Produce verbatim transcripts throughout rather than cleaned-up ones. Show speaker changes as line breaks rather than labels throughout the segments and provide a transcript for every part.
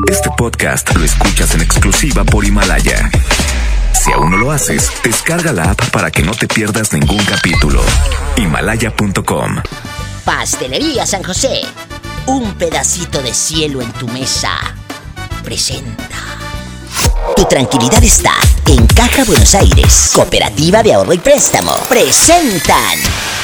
Este podcast lo escuchas en exclusiva por Himalaya. Si aún no lo haces, descarga la app para que no te pierdas ningún capítulo. Himalaya punto com.
Pastelería San José, un pedacito de cielo en tu mesa, presenta. Tu tranquilidad está en Caja Buenos Aires, Cooperativa de Ahorro y Préstamo. Presentan.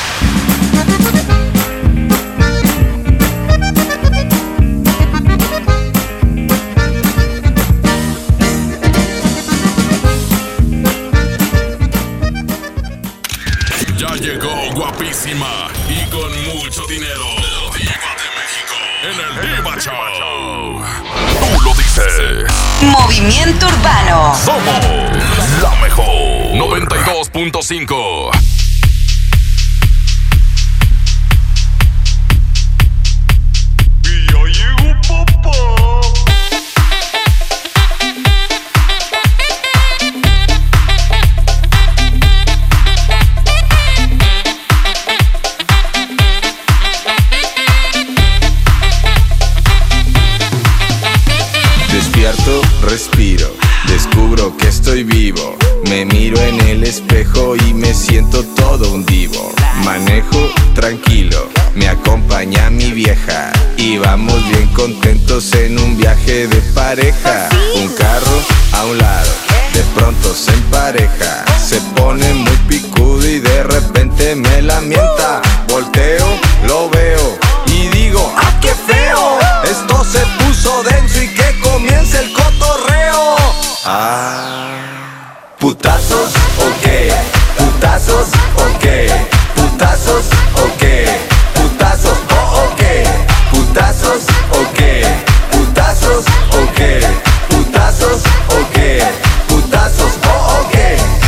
Ya llegó guapísima y con mucho dinero. Diva de México en el Diva Show. Tú lo dices.
Movimiento Urbano.
Somos la mejor. noventa y dos punto cinco. Y ya llegó papá.
Despierto, respiro, descubro que estoy vivo. Me miro en el espejo y me siento todo un divo. Manejo tranquilo, me acompaña mi vieja y vamos bien contentos en un viaje de pareja. Un carro a un lado, de pronto se empareja. Se pone muy picudo y de repente me lamenta. Volteo, lo veo y digo, ¡ah, qué feo! Esto se puso denso y que comience el cotorreo. Ah, putazos, ok, putazos, ok, putazos, ok, putazos, oh, ok, putazos, ok, putazos, ok, putazos, ok, putazos, oh, ok.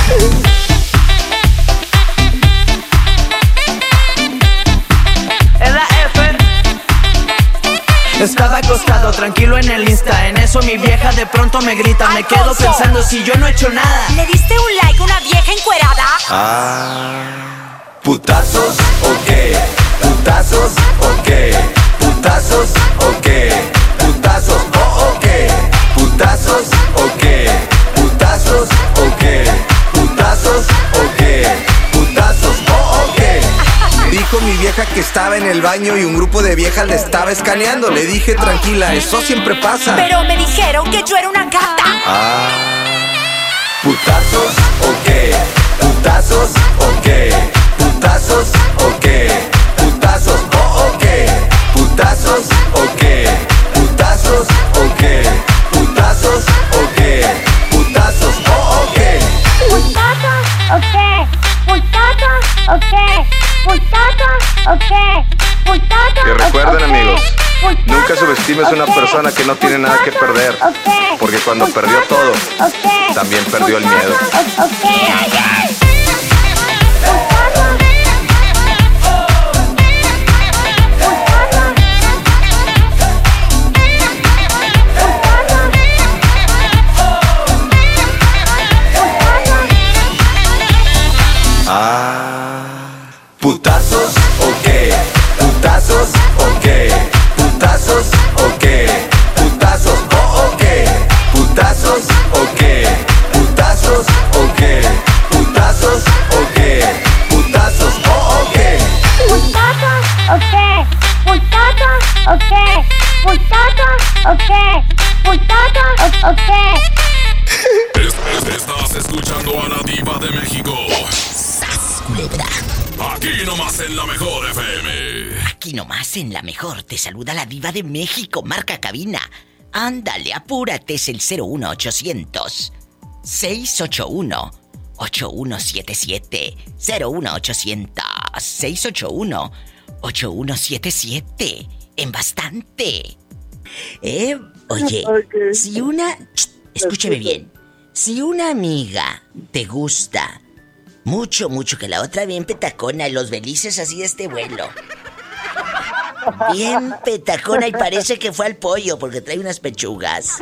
Estaba acostado, tranquilo en el Insta. En eso mi vieja de pronto me grita. Me quedo pensando si yo no he hecho nada.
¿Le diste un like a una vieja encuerada?
Ah, putazos, ok, putazos, ok, putazos, ok, putazos, oh, ok, putazos, ok, putazos, ok, putazos, ok, putazos, oh, ok. Dijo mi vieja que estaba en el baño y un grupo de viejas le estaba escaneando. Le dije, tranquila, eso siempre pasa.
Pero me dijeron que yo era una gata.
Ah, putazos, ok, putazos, ok, putazos, ok, putazos, oh, ok, putazos, ok, putazos, ok, putazos, ok, putazos, oh, ok.
Putazos, ok, putazos, ok, putazos, ok, putazos.
Que recuerden,
okay.
amigos,
Putazos,
nunca subestimes a una
okay.
persona que no tiene nada que perder,
okay.
porque cuando
Putazos,
perdió todo,
okay.
también perdió el miedo.
Putazos, okay.
Ah, putazos, ok, putazos, ok, putazos, ok, putazos, oh, ok, putazos, ok, putazos, ok, putazos, ok, putazos, oh, ok.
Putazos, ok, putazos, ok, putazos, ok, putazos, ok.
Estás escuchando a la Diva de México.
Culebra.
Aquí nomás en la mejor F M.
Aquí nomás en la mejor. Te saluda la Diva de México. Marca cabina. Ándale, apúrate. Es el cero uno ochocientos seiscientos ochenta y uno ochenta y uno setenta y siete. cero uno ochocientos seiscientos ochenta y uno ochenta y uno setenta y siete. En bastante. Eh, oye, okay. Si una... Escúcheme bien. Si una amiga te gusta mucho, mucho, que la otra bien petacona y los belices así de este vuelo. Bien petacona y parece que fue al pollo porque trae unas pechugas.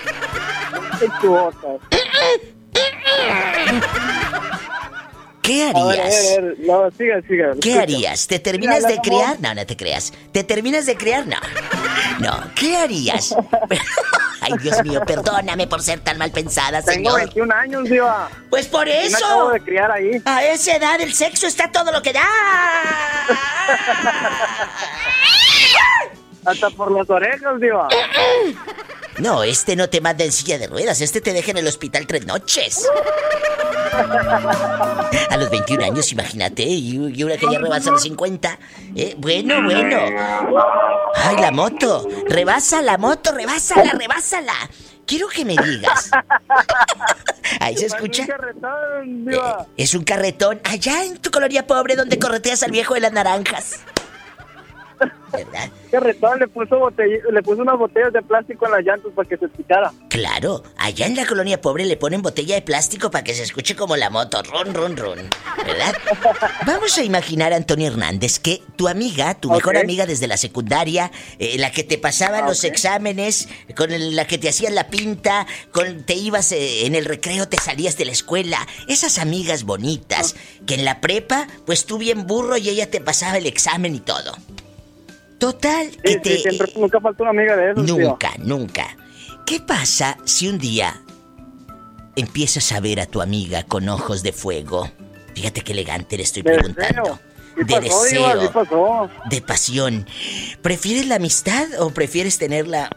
¿Qué harías?
A ver, a ver, a ver. No, siga, siga.
¿Qué harías? ¿Te terminas de criar? No, no te creas. ¿Te terminas de criar? No. No, ¿qué harías? Ay, Dios mío, perdóname por ser tan mal pensada, señor.
Tengo veintiún años, diva.
Pues por eso.
Me acabo de criar ahí.
A esa edad el sexo está todo lo que da.
Hasta por las orejas, diva.
No, este no te manda en silla de ruedas, este te deja en el hospital tres noches. A los veintiún años, imagínate, y, y una que ya rebasa los cincuenta. Eh, bueno, bueno. Ay, la moto. Rebasa la moto, rebásala, rebásala. Quiero que me digas. Ahí se escucha.
Es un carretón, diva.
Eh, es un carretón. Allá en tu colonia pobre donde correteas al viejo de las naranjas. ¿Verdad?
Carretón, le puso botell- le puso unas botellas de plástico en las llantas para que se escuchara.
Claro, allá en la colonia pobre le ponen botella de plástico para que se escuche como la moto, ron, ron, ron, ¿verdad? Vamos a imaginar, Antonio Hernández, que tu amiga, tu mejor
Okay.
amiga desde la secundaria, eh, la que te pasaba
Okay.
los exámenes, con el- la que te hacían la pinta, con te ibas eh, en el recreo, te salías de la escuela, esas amigas bonitas, que en la prepa, pues tú bien burro y ella te pasaba el examen y todo. Total,
Sí,
que
sí,
te...
siempre, nunca falta una amiga de esos, diva.
Nunca, nunca. ¿Qué pasa si un día empiezas a ver a tu amiga con ojos de fuego? Fíjate qué elegante le estoy
De
preguntando.
deseo. Sí
De
pasó,
deseo,
diva, sí pasó.
de pasión. ¿Prefieres la amistad o prefieres tenerla?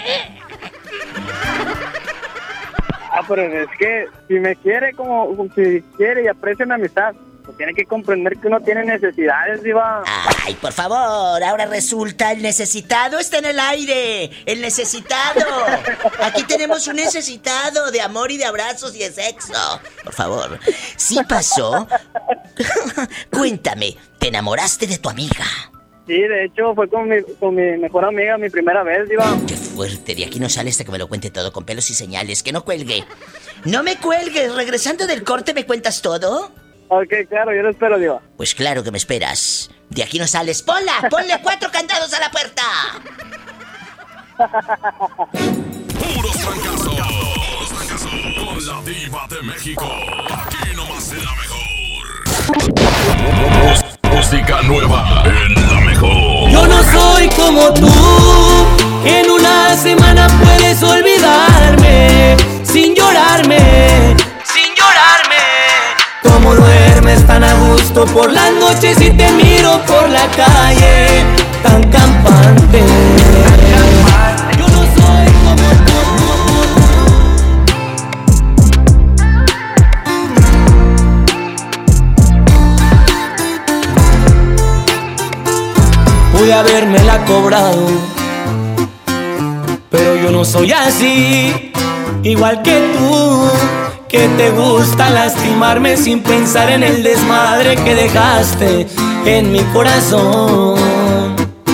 Ah, pero es que si me quiere como, como si quiere y aprecia mi amistad, pues tiene que comprender que uno tiene necesidades, diva.
Ay, por favor, ahora resulta el necesitado está en el aire. El necesitado. Aquí tenemos un necesitado de amor y de abrazos y de sexo. Por favor. ¿Sí pasó? Cuéntame, ¿te enamoraste de tu amiga?
Sí, de hecho fue con mi, con mi mejor amiga mi primera vez, diva.
Qué fuerte, de aquí no sale hasta que me lo cuente todo con pelos y señales. Que no cuelgue. No me cuelgues, regresando del corte me cuentas todo.
Ok, claro, yo lo espero, diva.
Pues claro que me esperas. De aquí no sales. ¡Ponla! ¡Ponle cuatro candados a la puerta!
Puros fracasos. Puros fracasos. Con la diva de México. Aquí nomás será mejor. Música nueva en la mejor.
Yo no soy como tú, que en una semana puedes olvidarme sin llorarme, sin llorarme. Como duermes tan a gusto por las noches y te miro por la calle tan campante. Yo no soy como tú. Pude habérmela cobrado, pero yo no soy así, igual que tú, que te gusta lastimarme sin pensar en el desmadre que dejaste en mi corazón.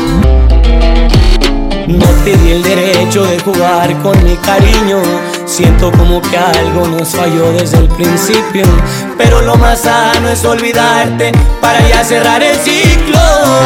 No te di el derecho de jugar con mi cariño. Siento como que algo nos falló desde el principio, pero lo más sano es olvidarte para ya cerrar el ciclo.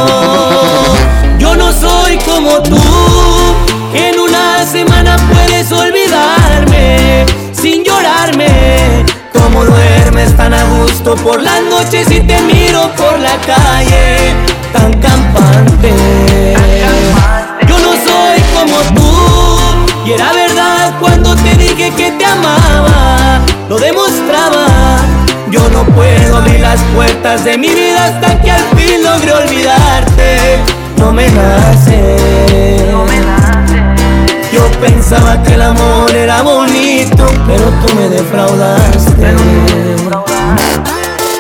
Yo no soy como tú, que en una semana puedes olvidarme sin llorarme. Como duermes tan a gusto por las noches y te miro por la calle tan campante. Yo no soy como tú, y era verdad cuando te dije que te amaba, lo demostraba. Yo no puedo abrir las puertas de mi vida hasta que al fin logre olvidarte. No me nace, no me nace. Yo pensaba que el amor era bonito, pero tú me defraudaste. Pero tú me defraudaste.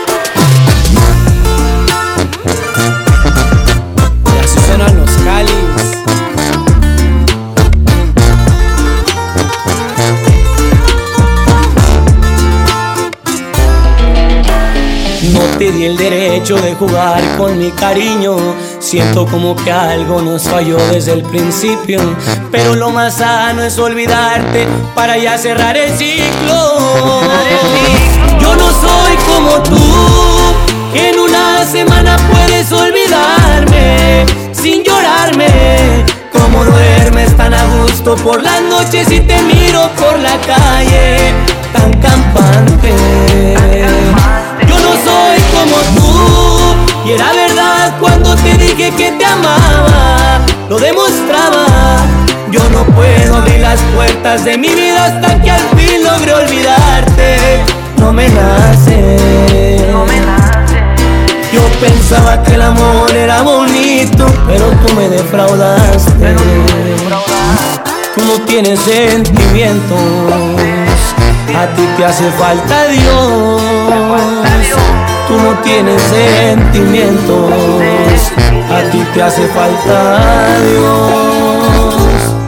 Y así suenan los Calis. No te di el derecho de jugar con mi cariño. Siento como que algo nos falló desde el principio, pero lo más sano es olvidarte para ya cerrar el ciclo. Yo no soy como tú, que en una semana puedes olvidarme sin llorarme. Como duermes tan a gusto por las noches y te miro por la calle tan campante. Yo no soy como tú, y era verdad Cuando te dije que te amaba, lo demostraba. Yo no puedo abrir las puertas de mi vida hasta que al fin logre olvidarte. No me nace, no me nace. Yo pensaba que el amor era bonito, pero tú me defraudaste. Pero tú me defraudaste. Tú no tienes sentimientos, a ti te hace falta Dios. Tú no tienes sentimientos, a ti te hace falta Dios.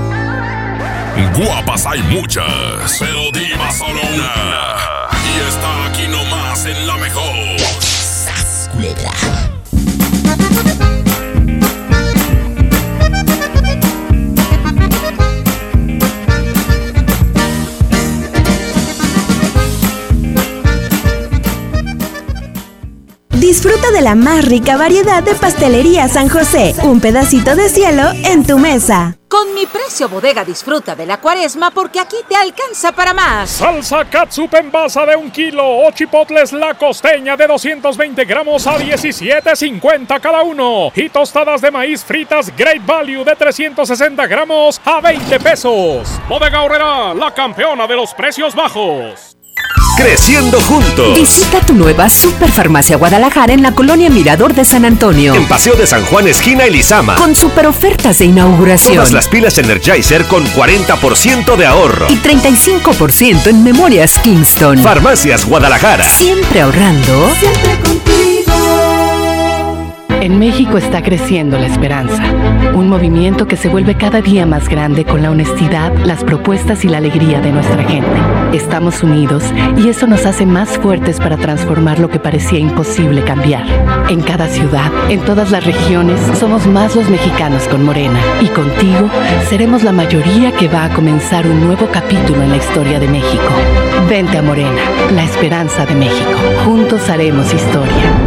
Guapas hay muchas, pero diva solo una. Y está aquí nomás en la mejor. ¡Sas, culebra!
Disfruta de la más rica variedad de Pastelería San José. Un pedacito de cielo en tu mesa.
Con mi precio bodega disfruta de la cuaresma porque aquí te alcanza para más.
Salsa catsup en base de un kilo o chipotles La Costeña de doscientos veinte gramos a diecisiete cincuenta cada uno. Y tostadas de maíz fritas Great Value de trescientos sesenta gramos a veinte pesos. Bodega Aurrera, la campeona de los precios bajos.
Creciendo juntos.
Visita tu nueva Superfarmacia Guadalajara en la colonia Mirador de San Antonio.
En Paseo de San Juan, esquina Elizama.
Con super ofertas de inauguración.
Todas las pilas Energizer con cuarenta por ciento de ahorro.
Y treinta y cinco por ciento en memorias Kingston.
Farmacias Guadalajara.
Siempre ahorrando.
Siempre contigo.
En México está creciendo la esperanza, un movimiento que se vuelve cada día más grande con la honestidad, las propuestas y la alegría de nuestra gente. Estamos unidos y eso nos hace más fuertes para transformar lo que parecía imposible cambiar. En cada ciudad, en todas las regiones, somos más los mexicanos con Morena. Y contigo, seremos la mayoría que va a comenzar un nuevo capítulo en la historia de México. Vente a Morena, la esperanza de México. Juntos haremos historia.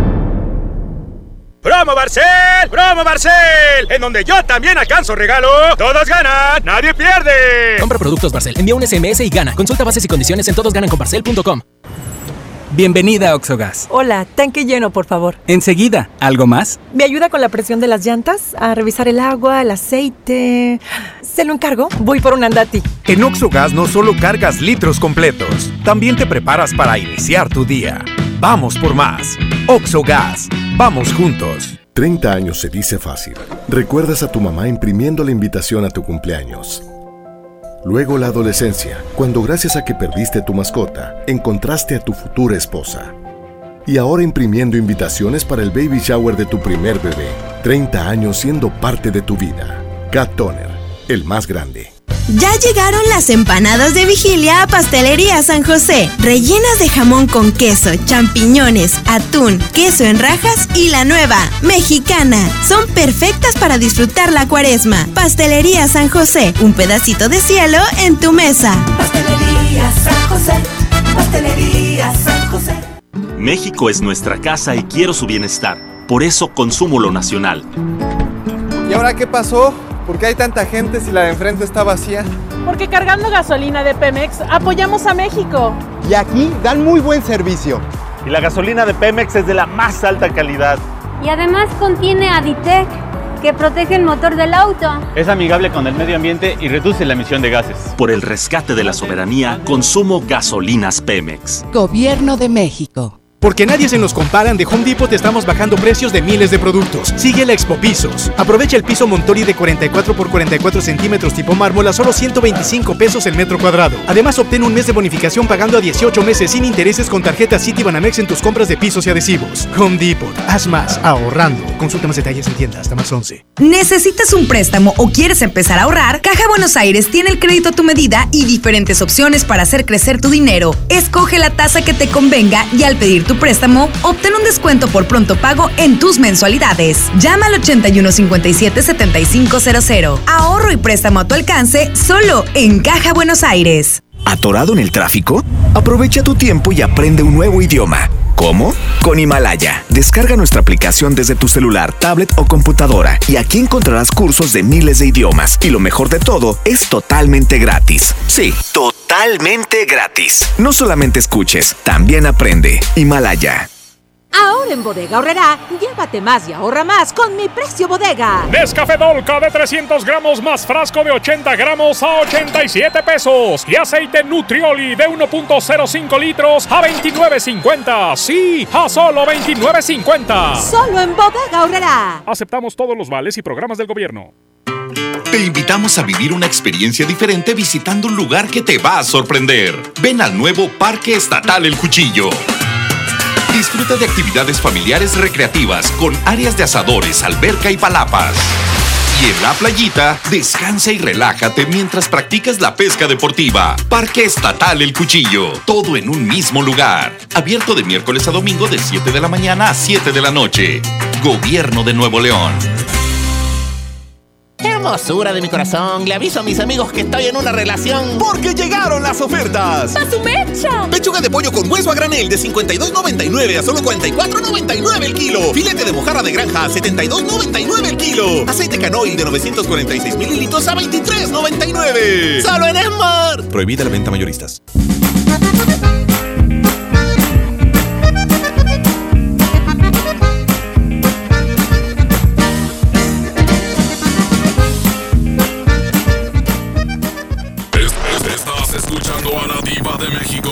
¡Promo Barcel! ¡Promo Barcel! En donde yo también alcanzo regalo. Todos ganan, nadie pierde.
Compra productos Barcel, envía un S M S y gana. Consulta bases y condiciones en todos ganan con barcel punto com.
Bienvenida a Oxogas.
Hola, tanque lleno, por favor.
Enseguida, ¿algo más?
¿Me ayuda con la presión de las llantas? A revisar el agua, el aceite. ¿Se lo encargo? Voy por un Andati.
En Oxogas no solo cargas litros completos, también te preparas para iniciar tu día. Vamos por más. Oxogas. Vamos juntos.
treinta años se dice fácil. Recuerdas a tu mamá imprimiendo la invitación a tu cumpleaños. Luego la adolescencia, cuando gracias a que perdiste tu mascota, encontraste a tu futura esposa. Y ahora imprimiendo invitaciones para el baby shower de tu primer bebé. treinta años siendo parte de tu vida. Cat Toner, el más grande.
Ya llegaron las empanadas de vigilia a Pastelería San José, rellenas de jamón con queso, champiñones, atún, queso en rajas y la nueva, mexicana. Son perfectas para disfrutar la cuaresma. Pastelería San José, un pedacito de cielo en tu mesa.
Pastelería San José, Pastelería San José.
México es nuestra casa y quiero su bienestar. Por eso consumo lo nacional.
¿Y ahora qué pasó? ¿Por qué hay tanta gente si la de enfrente está vacía?
Porque cargando gasolina de Pemex apoyamos a México.
Y aquí dan muy buen servicio.
Y la gasolina de Pemex es de la más alta calidad.
Y además contiene Aditec, que protege el motor del auto.
Es amigable con el medio ambiente y reduce la emisión de gases.
Por el rescate de la soberanía, consumo gasolinas Pemex.
Gobierno de México.
Porque nadie se nos compara, de Home Depot te estamos bajando precios de miles de productos. Sigue la Expo Pisos. Aprovecha el piso Montori de cuarenta y cuatro por cuarenta y cuatro centímetros tipo mármol a solo ciento veinticinco pesos el metro cuadrado. Además, obtén un mes de bonificación pagando a dieciocho meses sin intereses con tarjeta Citibanamex en tus compras de pisos y adhesivos. Home Depot. Haz más ahorrando. Consulta más detalles en tienda hasta más once.
¿Necesitas un préstamo o quieres empezar a ahorrar? Caja Buenos Aires tiene el crédito a tu medida y diferentes opciones para hacer crecer tu dinero. Escoge la tasa que te convenga y al pedir tu préstamo, obtén un descuento por pronto pago en tus mensualidades. Llama al ochenta y uno cincuenta y siete setenta y cinco cero cero. Ahorro y préstamo a tu alcance solo en Caja Buenos Aires.
¿Atorado en el tráfico? Aprovecha tu tiempo y aprende un nuevo idioma. ¿Cómo? Con Himalaya. Descarga nuestra aplicación desde tu celular, tablet o computadora y aquí encontrarás cursos de miles de idiomas. Y lo mejor de todo, es totalmente gratis. Sí, totalmente gratis. No solamente escuches, también aprende. Himalaya.
Ahora en Bodega Aurrerá, llévate más y ahorra más con mi precio bodega.
Nescafé Dolca de trescientos gramos más frasco de ochenta gramos a ochenta y siete pesos. Y aceite Nutrioli de uno punto cero cinco litros a veintinueve cincuenta. Sí, a solo veintinueve cincuenta.
Solo en Bodega Aurrerá.
Aceptamos todos los vales y programas del gobierno.
Te invitamos a vivir una experiencia diferente visitando un lugar que te va a sorprender. Ven al nuevo Parque Estatal El Cuchillo. Disfruta de actividades familiares recreativas con áreas de asadores, alberca y palapas. Y en la playita, descansa y relájate mientras practicas la pesca deportiva. Parque Estatal El Cuchillo. Todo en un mismo lugar. Abierto de miércoles a domingo de siete de la mañana a siete de la noche. Gobierno de Nuevo León.
Hermosura de mi corazón, le aviso a mis amigos que estoy en una relación.
Porque llegaron las ofertas.
¡A su mecha!
Pechuga de pollo con hueso a granel de cincuenta y dos noventa y nueve a solo cuarenta y cuatro noventa y nueve el kilo. Filete de mojarra de granja a setenta y dos noventa y nueve el kilo. Aceite canoil de novecientos cuarenta y seis mililitros a veintitrés noventa y nueve. ¡Solo en Esmar!
Prohibida la venta mayoristas.
Escuchando a la Diva de México.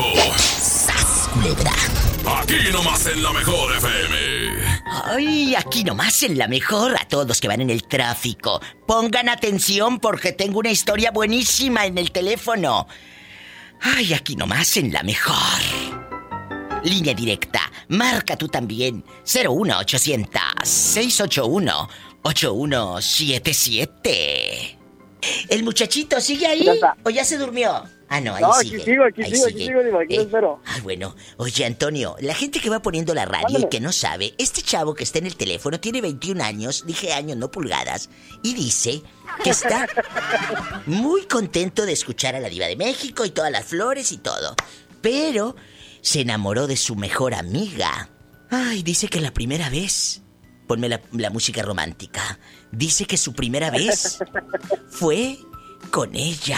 Aquí nomás en la mejor F M.
Ay, aquí nomás en la mejor. A todos los que van en el tráfico, pongan atención porque tengo una historia buenísima en el teléfono. Ay, aquí nomás en la mejor. Línea directa, marca tú también. cero uno ochocientos, seiscientos ochenta y uno, ochenta y uno setenta y siete. ¿El muchachito sigue ahí? ¿Ya ¿O ya se durmió? Ah, no, ahí
no,
sigue.
Aquí sigo, aquí
ahí
sigo,
sigue.
aquí sigo, digo, aquí
eh,
lo espero.
Ah, bueno. Oye, Antonio, la gente que va poniendo la radio
Mándale.
y que no sabe, este chavo que está en el teléfono tiene veintiún años, dije años, no pulgadas, y dice que está muy contento de escuchar a la Diva de México y todas las flores y todo. Pero se enamoró de su mejor amiga. Ay, dice que la primera vez... Ponme la, la música romántica. Dice que su primera vez fue con ella.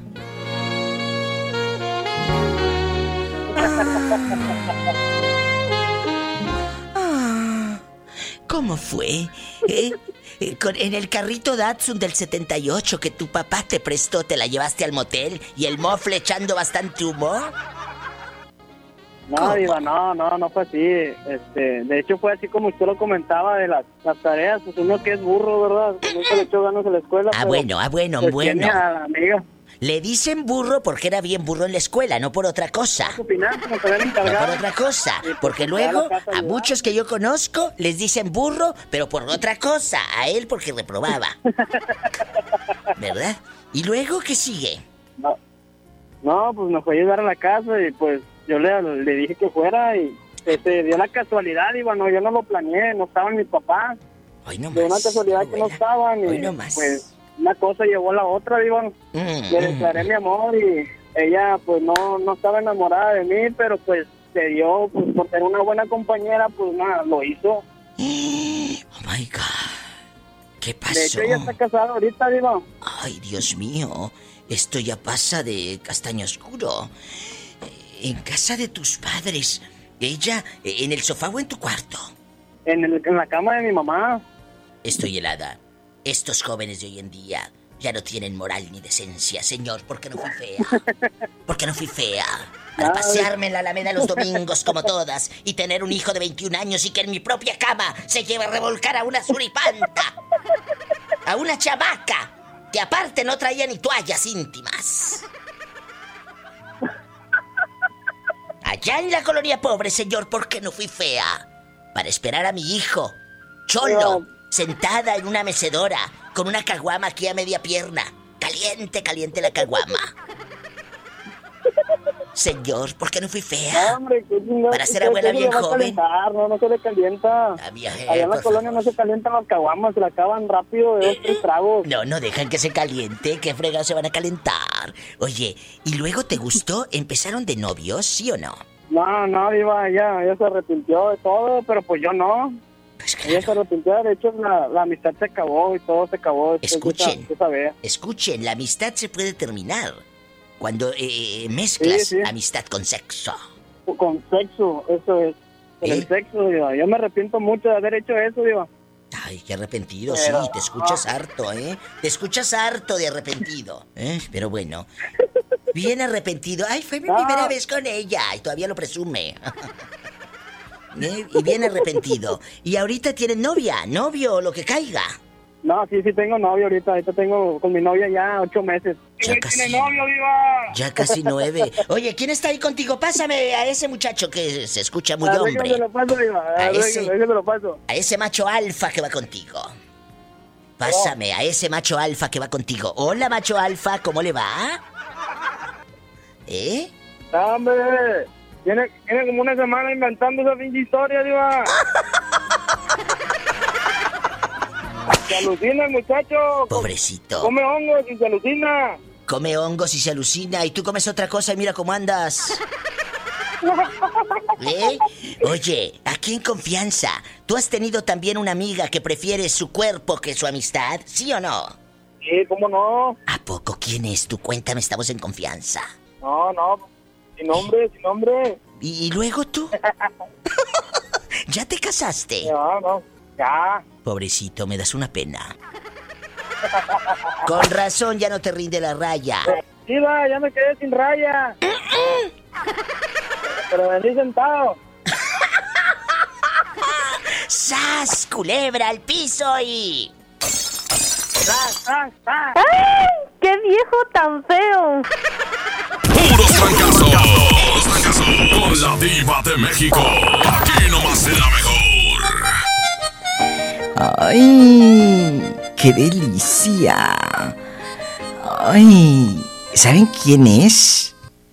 Ah, ¿cómo fue? ¿Eh? Con, en el carrito Datsun del setenta y ocho que tu papá te prestó, te la llevaste al motel y el mofle echando bastante humo.
No, Diva, no, no, no fue así. Este, de hecho fue así como usted lo comentaba de las, las tareas. Pues uno que es burro, ¿verdad? Nunca le echó ganas a la escuela.
Ah, bueno, ah, bueno,
pues
bueno.
Tiene a la amiga.
Le dicen burro porque era bien burro en la escuela, no por otra cosa.
No
por otra cosa. Porque luego a muchos que yo conozco les dicen burro, pero por otra cosa. A él porque reprobaba. ¿Verdad? ¿Y luego qué sigue?
No, no pues me fue a ayudar a la casa y pues yo le, le dije que fuera y se dio la casualidad y bueno, yo no lo planeé, no estaban mis papás.
Hoy no
de
más,
una casualidad que no estaban y
Hoy no más.
pues una cosa llevó a la otra, digo.
Mm,
Le declaré mi amor y ella pues no, no estaba enamorada de mí, pero pues se dio, pues por ser una buena compañera, pues nada, lo hizo.
Oh my God. ¿Qué pasó?
De hecho ella está casada ahorita, digo.
Ay, Dios mío, esto ya pasa de castaño oscuro. En casa de tus padres, ella, ¿en el sofá o en tu cuarto?
En, el, en la cama de mi mamá.
Estoy helada. Estos jóvenes de hoy en día ya no tienen moral ni decencia, señor. ¿Por qué no fui fea? ¿Por qué no fui fea? Para pasearme en la Alameda los domingos como todas y tener un hijo de veintiún años y que en mi propia cama se lleve a revolcar a una suripanta. A una chamaca que aparte no traía ni toallas íntimas. Allá en la colonia pobre, señor, ¿por qué no fui fea? Para esperar a mi hijo, Cholo, sentada en una mecedora, con una caguama aquí a media pierna. Caliente, caliente la caguama. Señor, ¿por qué no fui fea?
No, hombre, qué chingada.
Para ser abuela bien joven.
No, no se le calienta.
A mi
Allá en la colonia no se calientan las caguamas, se la acaban rápido de dos, tres tragos.
No, no dejan que se caliente, qué fregados se van a calentar. Oye, ¿y luego te gustó? ¿Empezaron de novios, sí o no?
No, no, Diva, ella, ella se arrepintió de todo, pero pues yo no.
Pues claro.
Ella se arrepintió, de hecho la, la amistad se acabó y todo se acabó.
Escuchen,
de esa, de esa
escuchen, la amistad se puede terminar cuando eh, mezclas
sí, sí.
amistad con sexo.
Con sexo, eso es. por
¿Eh?
el sexo, Diva. Yo me arrepiento mucho de haber hecho eso, Diva.
Ay, qué arrepentido,
Pero,
sí, te escuchas
no.
harto, ¿eh? Te escuchas harto de arrepentido, ¿eh? Pero bueno, bien arrepentido. Ay, fue mi
No.
primera vez con ella y todavía lo presume. ¿Eh? Y bien arrepentido. Y ahorita tienes novia, novio, lo que caiga.
No, sí, sí tengo novio ahorita. Ahorita tengo con mi novia ya ocho meses.
Ya
¿Quién
casi.
tiene novio, Diva?
Ya casi nueve. Oye, ¿quién está ahí contigo? Pásame a ese muchacho que se escucha muy
A ver,
hombre.
se lo paso, Diva.
A
A ver,
ese-
se lo paso.
A ese macho alfa que va contigo. Pásame a ese macho alfa que va contigo. Hola, macho alfa, ¿cómo le va? ¿Eh?
¡Hombre! Tiene, tiene como una semana inventando esa pinche historia, Diva. Se alucina el muchacho.
Pobrecito.
Come hongos y se alucina.
Come hongos y se alucina y tú comes otra cosa y mira cómo andas. ¿Eh? Oye, aquí en confianza, ¿tú has tenido también una amiga que prefiere su cuerpo que su amistad? ¿Sí o no?
Sí, ¿cómo no?
¿A poco quién es? Tú cuéntame, estamos en confianza.
No, no. Sin nombre, sin nombre.
¿Y, y luego tú? ¿Ya te casaste?
No, no. Ya.
Pobrecito, me das una pena. Con razón ya no te rinde la raya.
Diva, ya me quedé sin raya. Pero vení sentado.
¡Sas! Culebra al piso y...
¡Sas, sas, sas!
¡Ay! ¡Qué viejo tan feo!
¡Puros fracasos! ¡Puros fracasos! Con la Diva de México. Aquí nomás es la mejor.
¡Ay! ¡Qué delicia! ¡Ay! ¿Saben quién es?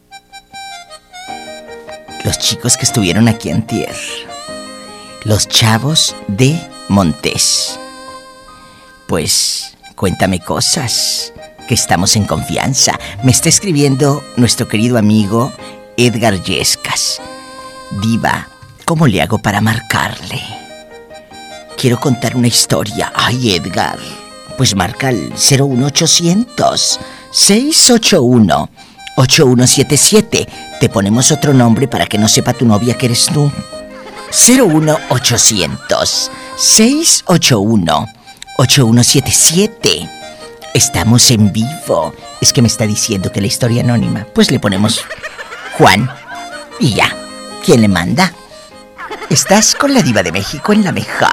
Los chicos que estuvieron aquí antier. Los chavos de Montés. Pues, cuéntame cosas, que estamos en confianza. Me está escribiendo nuestro querido amigo Edgar Yescas. Diva, ¿cómo le hago para marcarle? Quiero contar una historia. Ay, Edgar, pues marca el cero uno ochocientos, seis ocho uno, ocho uno siete siete. Te ponemos otro nombre para que no sepa tu novia que eres tú. cero uno ochocientos, seis ocho uno, ocho uno siete siete. Estamos en vivo. Es que me está diciendo que la historia anónima. Pues le ponemos Juan y ya. ¿Quién le manda? Estás con la Diva de México en la mejor.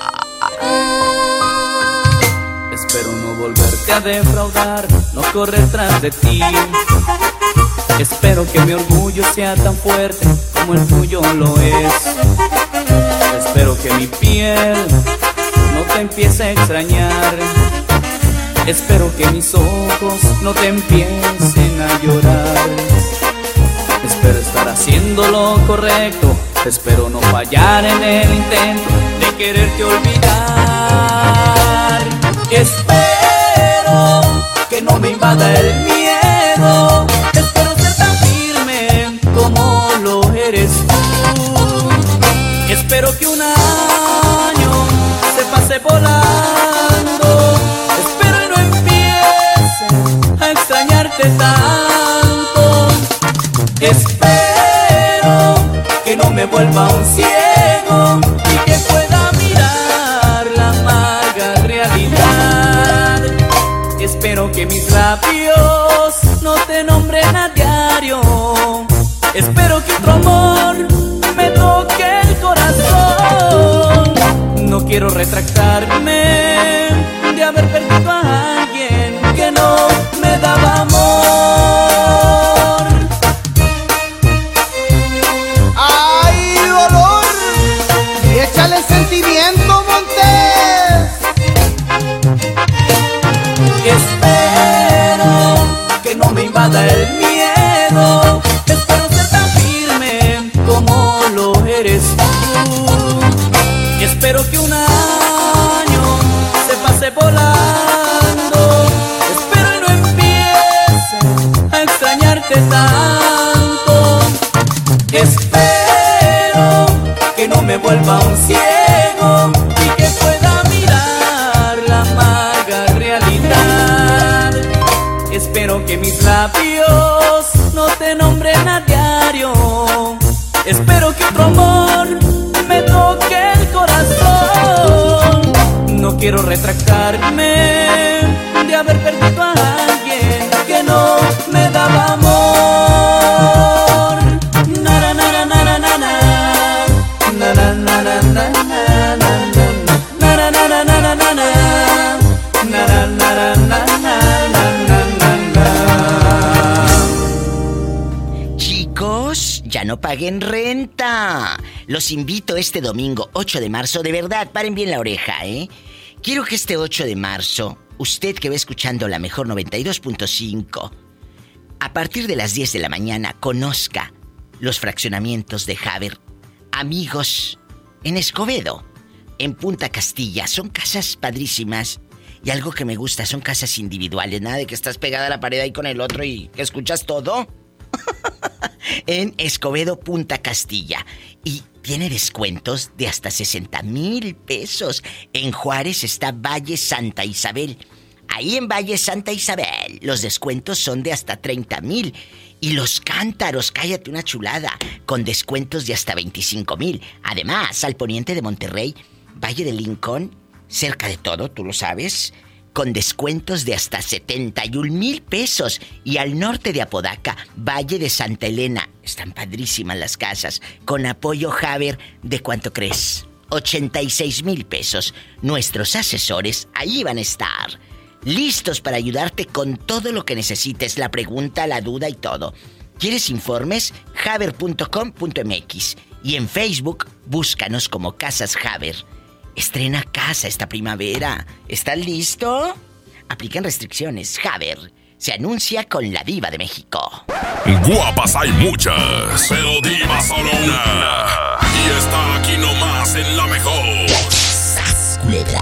Espero no volverte a defraudar, no correr tras de ti. Espero que mi orgullo sea tan fuerte como el tuyo lo es. Espero que mi piel no te empiece a extrañar. Espero que mis ojos no te empiecen a llorar. Espero estar haciendo lo correcto. Espero no fallar en el intento de quererte olvidar. Espero que no me invada el miedo. Espero ser tan firme como lo eres tú. Espero que un año se pase volando. Espero y no empiece a extrañarte tanto. Espero que no me vuelva un ciego y que pueda mirar la amarga realidad. Espero que mis labios no te nombren a diario. Espero que otro amor me toque el corazón. No quiero retractarme de haber perdido a alguien que no me daba amor.
¡Ay, dolor! ¡Échale sentimiento, Montés!
Espero que no me invada el miedo. Espero ser tan firme como lo eres tú. Espero que un año se pase volando. Espero y no empiece a extrañarte tanto. Espero que no me vuelva un ciego y que pueda mirar la amarga realidad. Espero que mis labios no te nombren a diario. Espero que otro amor retractarme de haber perdido a alguien que no me daba amor. Nara, nara, nara, nara, nara, nara, nara, nara, nara, nara, nara, nara, nara.
Chicos, ya no paguen renta. Los invito este domingo, ocho de marzo. De verdad, paren bien la oreja, ¿eh? Quiero que este ocho de marzo, usted que va escuchando la mejor noventa y dos punto cinco, a partir de las diez de la mañana, conozca los fraccionamientos de Haber. Amigos, en Escobedo, en Punta Castilla, son casas padrísimas. Y algo que me gusta, son casas individuales. Nada de que estás pegada a la pared ahí con el otro y que escuchas todo. En Escobedo, Punta Castilla. Y tiene descuentos de hasta sesenta mil pesos. En Juárez está Valle Santa Isabel. Ahí en Valle Santa Isabel los descuentos son de hasta treinta mil. Y Los Cántaros, cállate una chulada, con descuentos de hasta veinticinco mil. Además, al poniente de Monterrey, Valle de Lincoln, cerca de todo, tú lo sabes, con descuentos de hasta setenta y un mil pesos. Y al norte de Apodaca, Valle de Santa Elena, están padrísimas las casas, con apoyo Haber, ¿de cuánto crees? ochenta y seis mil pesos. Nuestros asesores ahí van a estar, listos para ayudarte con todo lo que necesites, la pregunta, la duda y todo. ¿Quieres informes? haber punto com punto m x. Y en Facebook, búscanos como Casas Haber. Estrena casa esta primavera. ¿Estás listo? Aplican restricciones. Haber se anuncia con la Diva de México.
Guapas hay muchas, pero diva solo una. Y está aquí nomás en la mejor.
¡Sas, culebra!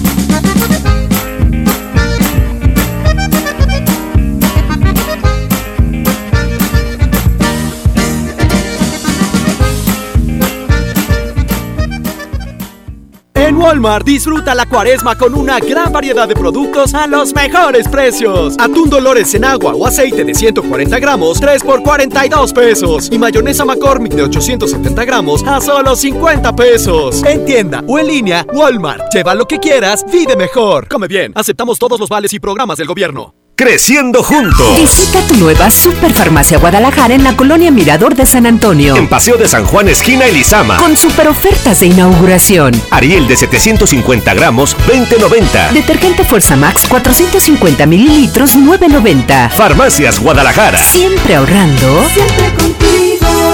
En Walmart disfruta la cuaresma con una gran variedad de productos a los mejores precios. Atún Dolores en agua o aceite de ciento cuarenta gramos, tres por cuarenta y dos pesos. Y mayonesa McCormick de ochocientos setenta gramos a solo cincuenta pesos. En tienda o en línea, Walmart. Lleva lo que quieras, vive mejor. Come bien, aceptamos todos los vales y programas del gobierno.
Creciendo juntos.
Visita tu nueva Superfarmacia Guadalajara en la colonia Mirador de San Antonio.
En Paseo de San Juan, esquina Elizama.
Con super ofertas de inauguración.
Ariel de setecientos cincuenta gramos, veinte noventa.
Detergente Fuerza Max cuatrocientos cincuenta mililitros, nueve noventa.
Farmacias Guadalajara.
Siempre ahorrando.
Siempre contigo.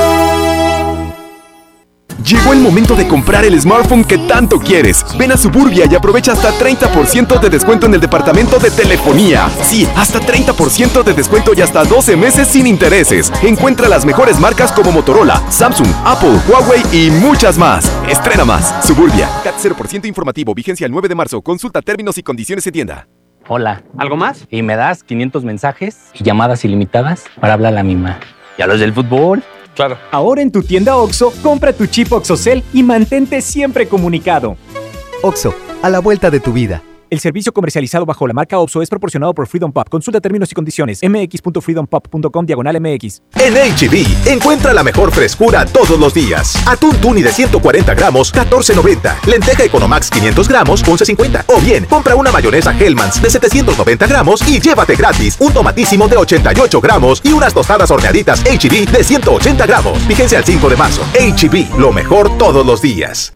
Llegó el momento de comprar el smartphone que tanto quieres. Ven a Suburbia y aprovecha hasta treinta por ciento de descuento en el departamento de telefonía. Sí, hasta treinta por ciento de descuento y hasta doce meses sin intereses. Encuentra las mejores marcas como Motorola, Samsung, Apple, Huawei y muchas más. Estrena más. Suburbia. C A T cero por ciento informativo. Vigencia el nueve de marzo. Consulta términos y condiciones en tienda.
Hola. ¿Algo más? Y me das quinientos mensajes y llamadas ilimitadas para hablar a la misma. ¿Y a los del fútbol?
Claro. Ahora en tu tienda OXXO, compra tu chip OXXOCEL y mantente siempre comunicado.
OXXO, a la vuelta de tu vida.
El servicio comercializado bajo la marca OXXO es proporcionado por Freedom Pop. Consulta términos y condiciones. mx punto freedom pop punto com diagonal mx.
En H E B, encuentra la mejor frescura todos los días. Atún tuni de ciento cuarenta gramos, catorce noventa. Lenteja Economax quinientos gramos, once cincuenta. O bien, compra una mayonesa Hellmann's de setecientos noventa gramos y llévate gratis un tomatísimo de ochenta y ocho gramos y unas tostadas horneaditas H E B de ciento ochenta gramos. Vigencia el cinco de marzo. H E B, lo mejor todos los días.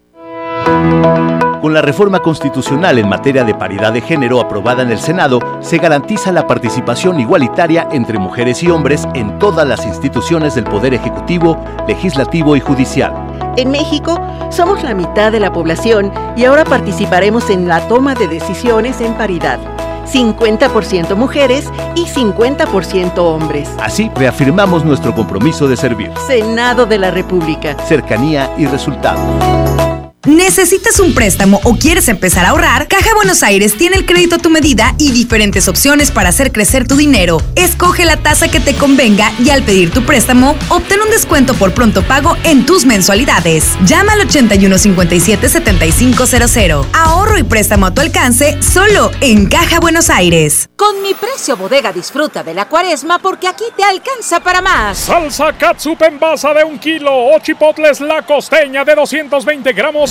Con la reforma constitucional en materia de paridad de género aprobada en el Senado, se garantiza la participación igualitaria entre mujeres y hombres en todas las instituciones del Poder Ejecutivo, Legislativo y Judicial.
En México, somos la mitad de la población y ahora participaremos en la toma de decisiones en paridad. cincuenta por ciento mujeres y cincuenta por ciento hombres.
Así reafirmamos nuestro compromiso de servir.
Senado de la República.
Cercanía y resultados.
¿Necesitas un préstamo o quieres empezar a ahorrar? Caja Buenos Aires tiene el crédito a tu medida y diferentes opciones para hacer crecer tu dinero. Escoge la tasa que te convenga y al pedir tu préstamo, obtén un descuento por pronto pago en tus mensualidades. Llama al ochenta y uno cincuenta y siete setenta y cinco cero cero. Ahorro y préstamo a tu alcance solo en Caja Buenos Aires.
Con mi precio bodega disfruta de la cuaresma porque aquí te alcanza para más.
Salsa catsup en basa de un kilo o chipotles La Costeña de doscientos veinte gramos a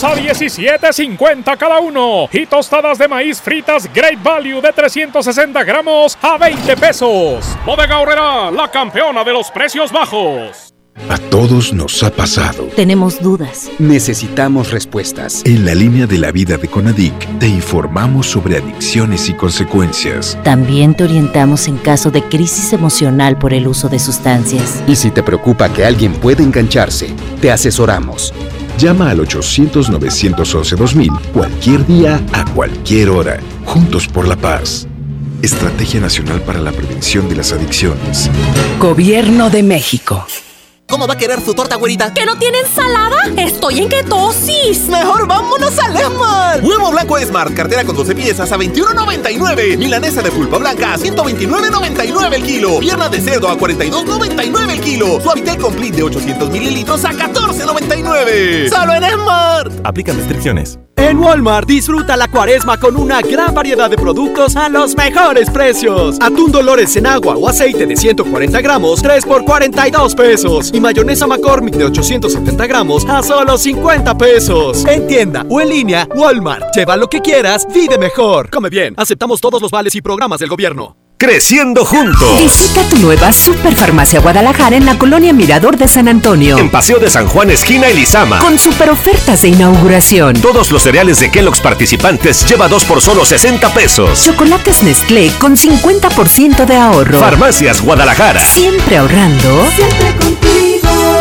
a diecisiete cincuenta cada uno. Y tostadas de maíz fritas Great Value de trescientos sesenta gramos a veinte pesos. Bodega Aurrerá, la campeona de los precios bajos.
A todos nos ha pasado.
Tenemos dudas.
Necesitamos respuestas.
En la línea de la vida de Conadic te informamos sobre adicciones y consecuencias.
También te orientamos en caso de crisis emocional por el uso de sustancias.
Y si te preocupa que alguien pueda engancharse, te asesoramos.
Llama al ochocientos, novecientos once, dos mil cualquier día, a cualquier hora. Juntos por la paz. Estrategia Nacional para la Prevención de las Adicciones.
Gobierno de México.
¿Cómo va a querer su torta, güerita?
¿Que no tiene ensalada? ¡Estoy en ketosis!
¡Mejor vámonos al Esmar! Huevo blanco Esmar, cartera con doce piezas a veintiuno noventa y nueve. Milanesa de pulpa blanca a ciento veintinueve noventa y nueve el kilo. Pierna de cerdo a cuarenta y dos noventa y nueve el kilo. Suavitel Complete de ochocientos mililitros a catorce noventa y nueve. ¡Solo en Esmar!
Aplican restricciones.
En Walmart disfruta la cuaresma con una gran variedad de productos a los mejores precios. Atún Dolores en agua o aceite de ciento cuarenta gramos, tres por cuarenta y dos pesos. Y mayonesa McCormick de ochocientos setenta gramos a solo cincuenta pesos. En tienda o en línea, Walmart. Lleva lo que quieras, vive mejor. Come bien, aceptamos todos los vales y programas del gobierno.
Creciendo juntos.
Visita tu nueva Superfarmacia Guadalajara en la colonia Mirador de San Antonio.
En Paseo de San Juan, esquina Elizama.
Con super ofertas de inauguración.
Todos los cereales de Kellogg's participantes lleva dos por solo sesenta pesos.
Chocolates Nestlé con cincuenta por ciento de ahorro.
Farmacias Guadalajara.
Siempre ahorrando.
Siempre contigo.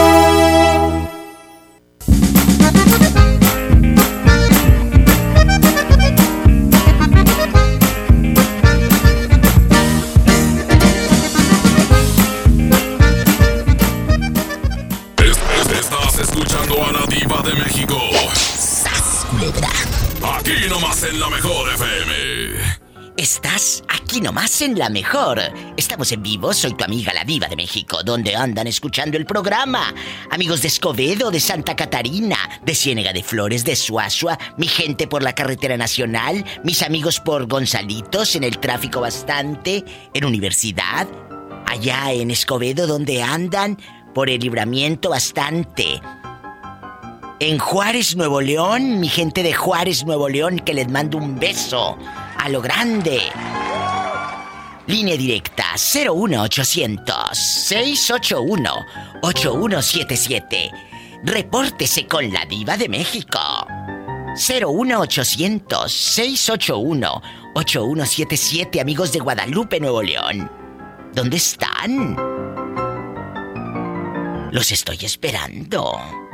Escuchando a la Diva de México. Aquí nomás en la mejor F M.
Estás aquí nomás en la mejor. Estamos en vivo, soy tu amiga la Diva de México. ¿Dónde andan escuchando el programa? Amigos de Escobedo, de Santa Catarina, de Ciénega de Flores, de Suazua, mi gente por la carretera nacional, mis amigos por Gonzalitos, en el tráfico bastante, en Universidad, allá en Escobedo, donde andan, por el Libramiento bastante. En Juárez, Nuevo León, mi gente de Juárez, Nuevo León, que les mando un beso a lo grande. Línea directa cero uno ochocientos, seiscientos ochenta y uno, ochenta y uno setenta y siete. Repórtese con la Diva de México. cero uno ochocientos, seiscientos ochenta y uno, ochenta y uno setenta y siete, amigos de Guadalupe, Nuevo León. ¿Dónde están? Los estoy esperando.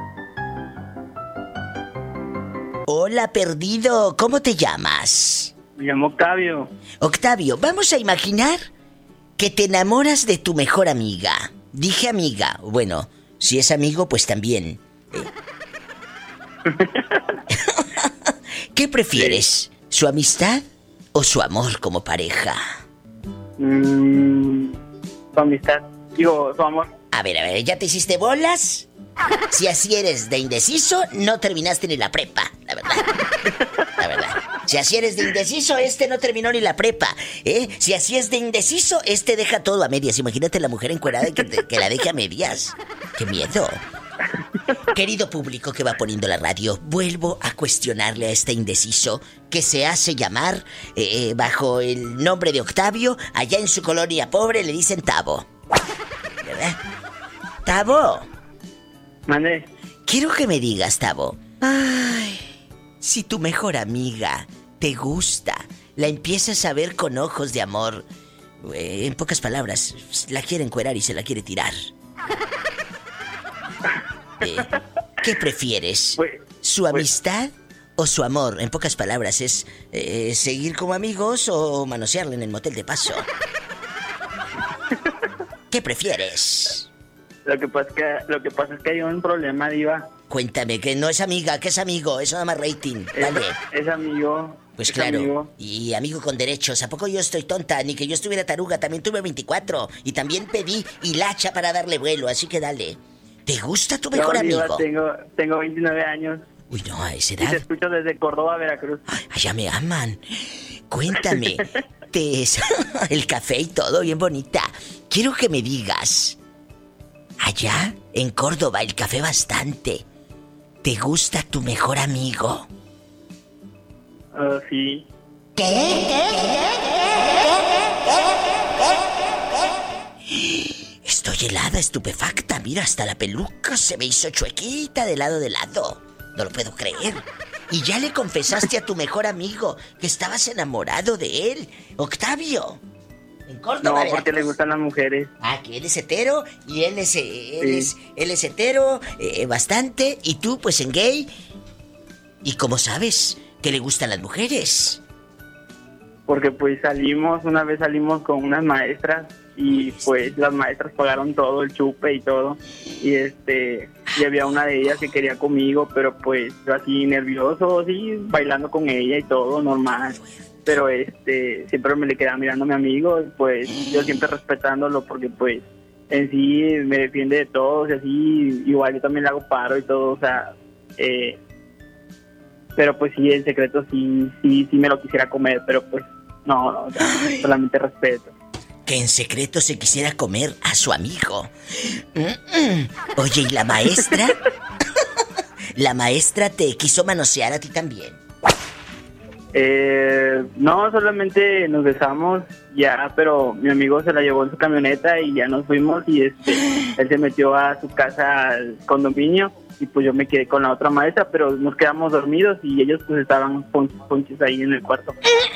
Hola, perdido. ¿Cómo te llamas?
Me llamo Octavio.
Octavio, vamos a imaginar que te enamoras de tu mejor amiga. Dije amiga. Bueno, si es amigo, pues también. ¿Qué prefieres? Sí. ¿Su amistad o su amor como pareja?
Mm, su amistad. Digo, su amor.
A ver, a ver, ¿ya te hiciste bolas? Si así eres de indeciso, no terminaste ni la prepa, la verdad. La verdad. Si así eres de indeciso, este no terminó ni la prepa, ¿eh? Si así es de indeciso, este deja todo a medias. Imagínate la mujer encuerada que, te, que la deje a medias. ¡Qué miedo! Querido público que va poniendo la radio, vuelvo a cuestionarle a este indeciso que se hace llamar, eh, bajo el nombre de Octavio, allá en su colonia pobre le dicen Tavo. ¿Verdad? Tavo.
Mande.
Quiero que me digas, Tavo. Ay, si tu mejor amiga te gusta, la empiezas a ver con ojos de amor, eh, en pocas palabras, la quiere encuerar y se la quiere tirar. Eh, ¿Qué prefieres? ¿Su amistad o su amor? En pocas palabras, ¿es eh, seguir como amigos o manosearla en el motel de paso? ¿Qué prefieres?
Lo que pasa es que, lo que, pasa es que hay un problema, Diva.
Cuéntame, que no es amiga, que es amigo, eso da más rating, dale.
Es, es amigo.
Pues
es
claro,
amigo.
Y amigo con derechos. ¿A poco yo estoy tonta? Ni que yo estuviera taruga, también tuve veinticuatro. Y también pedí hilacha para darle vuelo, así que dale. ¿Te gusta tu mejor
no,
amigo?
Diva, tengo, tengo veintinueve años.
Uy, no, a esa edad.
Y te escucho desde Córdoba, Veracruz.
Ay, allá me aman. Cuéntame, te el café y todo, bien bonita. Quiero que me digas, allá en Córdoba el café bastante. ¿te gusta tu mejor amigo?
Uh, sí.
¿Qué? ¿Qué? Estoy helada, estupefacta. Mira, hasta la peluca se me hizo chuequita de lado de lado. No lo puedo creer. Y ya le confesaste a tu mejor amigo que estabas enamorado de él, Octavio. En Córdoba,
no, porque le gustan las mujeres.
Ah, que él es hetero y él es, eh, él
sí.
es, él es hetero eh, bastante. Y tú, pues, en gay. ¿Y cómo sabes que le gustan las mujeres?
Porque pues salimos, una vez salimos con unas maestras y pues las maestras pagaron todo, el chupe y todo. Y este, y había una de ellas que quería conmigo, pero pues yo así nervioso, así, bailando con ella y todo, normal. Pero este, siempre me le quedaba mirando a mi amigo, y pues yo siempre respetándolo porque pues en sí me defiende de todos y así, igual yo también le hago paro y todo, o sea, eh, pero pues sí, en secreto sí, sí, sí me lo quisiera comer, pero pues no, no, o sea, solamente respeto.
Que en secreto se quisiera comer a su amigo. Mm-mm. Oye, ¿y la maestra? ¿La maestra te quiso manosear a ti también?
Eh, no, solamente nos besamos ya, pero mi amigo se la llevó en su camioneta y ya nos fuimos y este, él se metió a su casa al condominio y pues yo me quedé con la otra maestra, pero nos quedamos dormidos y ellos pues estaban ponches, ponches ahí en el cuarto.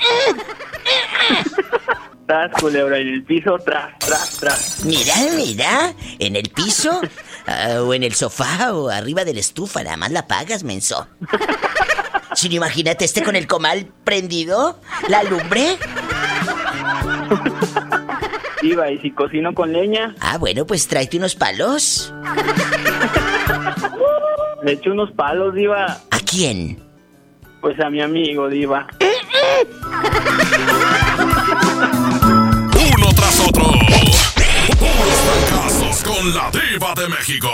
Tras, culebra, en el piso, tras, tras, tras.
Mira, mira, en el piso, uh, o en el sofá, o arriba de la estufa, nada más la apagas, menso. Si no, imagínate este con el comal prendido, la lumbre.
Diva, ¿y si cocino con leña?
Ah, bueno, pues tráete unos palos.
Le echo unos palos, Diva.
¿A quién?
Pues a mi amigo, Diva.
Uno tras otro. Puros fracasos con la Diva de México.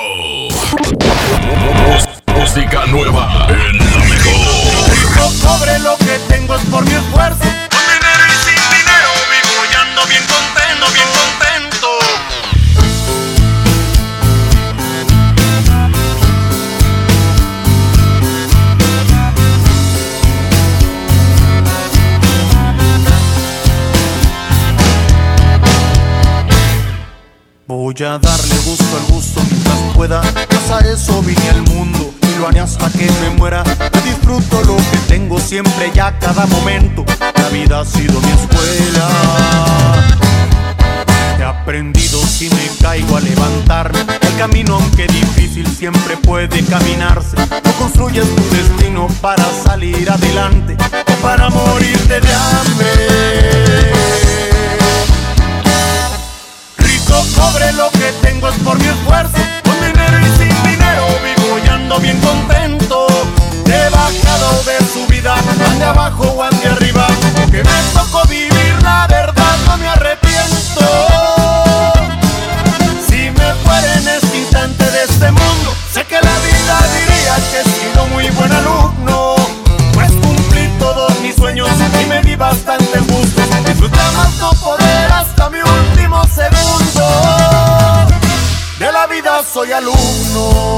Música nueva en la mejor.
Cobre lo que tengo es por mi esfuerzo. Con dinero y sin dinero vivo y ando bien contento, bien contento. Voy a darle gusto al gusto mientras pueda. Pues a eso vine al mundo y lo haré hasta que me muera. Yo disfruto lo que tengo siempre y a cada momento. La vida ha sido mi escuela. He aprendido si me caigo a levantarme. El camino aunque difícil siempre puede caminarse. No construyes tu destino para salir adelante o para morirte de hambre. Cobre lo que tengo es por mi esfuerzo. Con dinero y sin dinero vivo y ando bien contento. He bajado de subida, ande abajo o ande arriba. Que me tocó vivir la verdad, no me arrepiento. Si me fuera en este instante de este mundo, sé que la vida diría que he sido muy buen alumno. Pues cumplí todos mis sueños y me di bastante gusto. Disfruté más no poder hasta mi último segundo. De la vida soy alumno.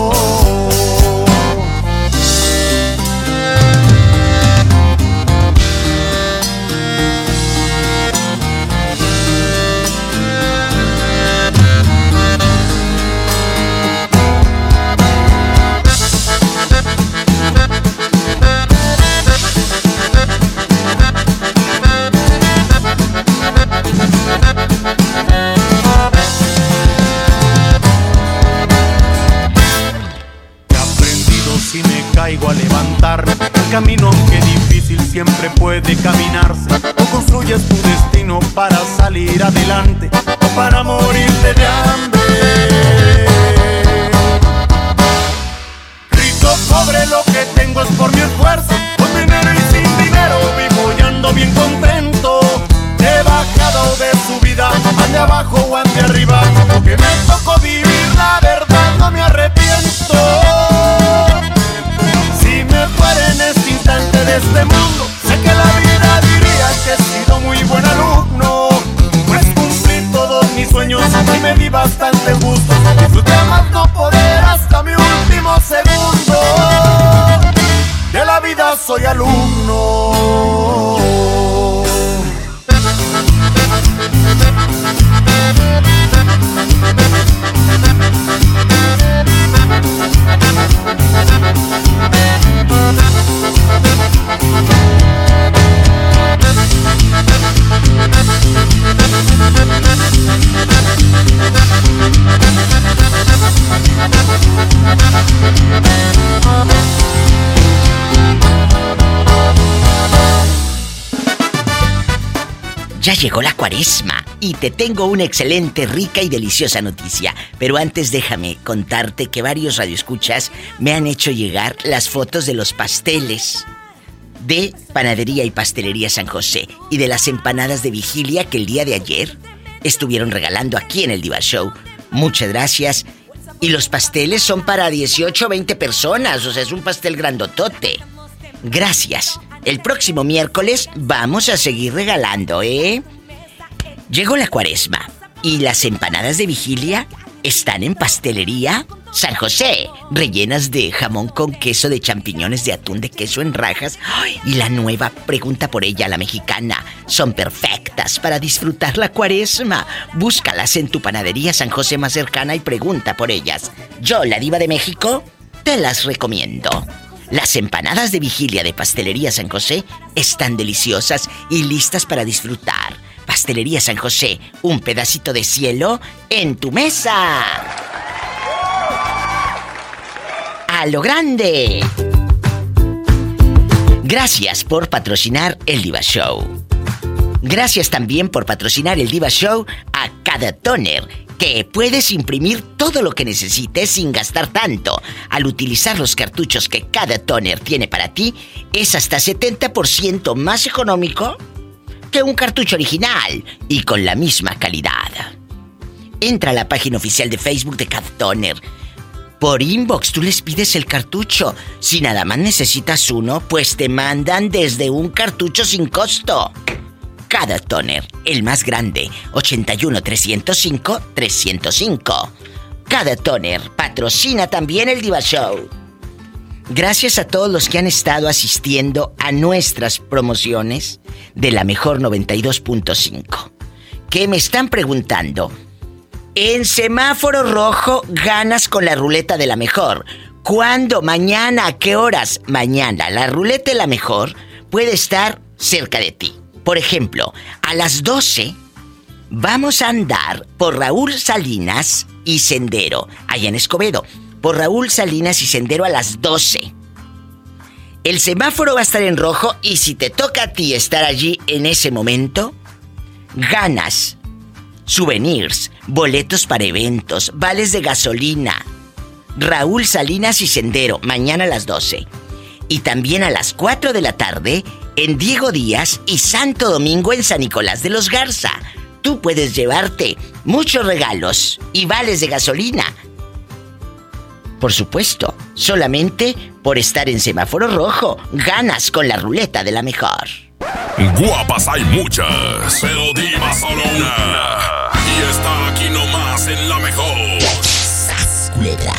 Caigo a levantarme. El camino aunque difícil siempre puede caminarse. O construyes tu destino para salir adelante o para morirte de hambre. Rico, pobre, lo que tengo es por mi esfuerzo. Con dinero y sin dinero vivo y ando bien contento. He bajado de subida, ande abajo o ande arriba. Porque me tocó vivir la verdad, no me arrepiento. En este instante de este mundo, sé que la vida diría que he sido muy buen alumno. Pues cumplí todos mis sueños y me di bastante gusto. Disfruté más no poder hasta mi último segundo.
Ya llegó la Cuaresma y te tengo una excelente, rica y deliciosa noticia. Pero antes déjame contarte que varios radioescuchas me han hecho llegar las fotos de los pasteles de Panadería y Pastelería San José y de las empanadas de vigilia que el día de ayer estuvieron regalando aquí en el Diva Show. Muchas gracias. Y los pasteles son para dieciocho o veinte personas, o sea, es un pastel grandotote. Gracias. El próximo miércoles vamos a seguir regalando, ¿eh? Llegó la Cuaresma y las empanadas de vigilia están en Pastelería San José, rellenas de jamón con queso, de champiñones, de atún, de queso en rajas. ¡Ay! Y la nueva, pregunta por ella, la mexicana. Son perfectas para disfrutar la Cuaresma. Búscalas en tu panadería San José más cercana y pregunta por ellas. Yo, la Diva de México, te las recomiendo. Las empanadas de vigilia de Pastelería San José están deliciosas y listas para disfrutar. Pastelería San José, un pedacito de cielo en tu mesa. ¡A lo grande! Gracias por patrocinar el Diva Show. Gracias también por patrocinar el Diva Show a Cada Toner, que puedes imprimir todo lo que necesites sin gastar tanto. Al utilizar los cartuchos que Cada Toner tiene para ti, es hasta setenta por ciento más económico que un cartucho original y con la misma calidad. Entra a la página oficial de Facebook de Cada Toner. Por inbox tú les pides el cartucho. Si nada más necesitas uno, pues te mandan desde un cartucho sin costo. Cada Toner, el más grande, ochenta y uno, trescientos cinco, trescientos cinco. Cada Toner patrocina también el Diva Show. Gracias a todos los que han estado asistiendo a nuestras promociones de la mejor noventa y dos punto cinco. Que me están preguntando, en semáforo rojo ganas con la ruleta de la mejor. ¿Cuándo? ¿Mañana? ¿A qué horas? Mañana. La ruleta de la mejor puede estar cerca de ti. Por ejemplo, a las doce vamos a andar por Raúl Salinas y Sendero, allá en Escobedo. Por Raúl Salinas y Sendero a las doce. El semáforo va a estar en rojo y si te toca a ti estar allí en ese momento, ganas souvenirs, boletos para eventos, vales de gasolina. Raúl Salinas y Sendero, mañana a las doce. Y también a las cuatro de la tarde en Diego Díaz y Santo Domingo en San Nicolás de los Garza. Tú puedes llevarte muchos regalos y vales de gasolina. Por supuesto, solamente por estar en semáforo rojo, ganas con la ruleta de la mejor.
Guapas hay muchas, pero diva solo una. Y está aquí nomás en la mejor.
¡Sas, culebra!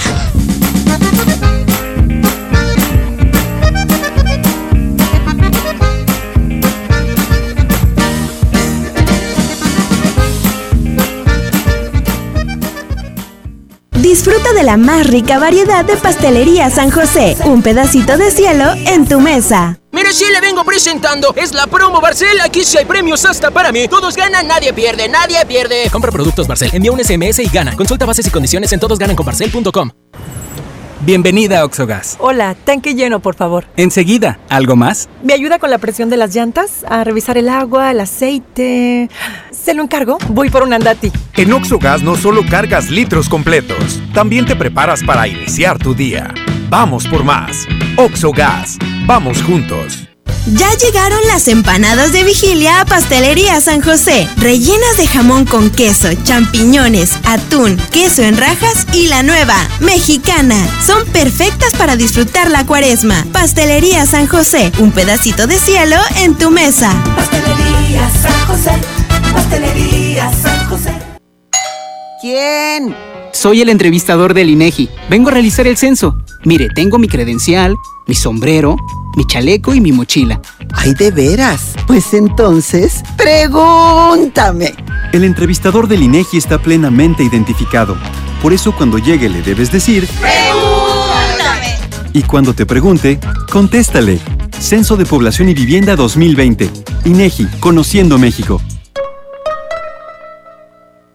Disfruta de la más rica variedad de Pastelería San José. Un pedacito de cielo en tu mesa.
Mire, sí le vengo presentando. Es la promo Barcel. Aquí sí hay premios hasta para mí. Todos ganan, nadie pierde, nadie pierde.
Compra productos Barcel, envía un S M S y gana. Consulta bases y condiciones en todos ganan con barcel punto com. Bienvenida a Oxogas.
Hola, tanque lleno, por favor.
Enseguida, ¿algo más?
¿Me ayuda con la presión de las llantas? A revisar el agua, el aceite. ¿Se lo encargo? Voy por un Andati.
En Oxogas no solo cargas litros completos, también te preparas para iniciar tu día. Vamos por más. Oxogas, vamos juntos.
Ya llegaron las empanadas de vigilia a Pastelería San José, rellenas de jamón con queso, champiñones, atún, queso en rajas y la nueva, mexicana. Son perfectas para disfrutar la Cuaresma. Pastelería San José, un pedacito de cielo en tu mesa.
Pastelería San José, Pastelería San José.
¿Quién? Soy el entrevistador del INEGI. Vengo a realizar el censo. Mire, tengo mi credencial, mi sombrero, mi chaleco y mi mochila.
¡Ay, de veras! Pues entonces, ¡pregúntame!
El entrevistador del INEGI está plenamente identificado. Por eso cuando llegue le debes decir... ¡Pregúntame! Y cuando te pregunte, contéstale. Censo de Población y Vivienda dos mil veinte. INEGI, Conociendo México.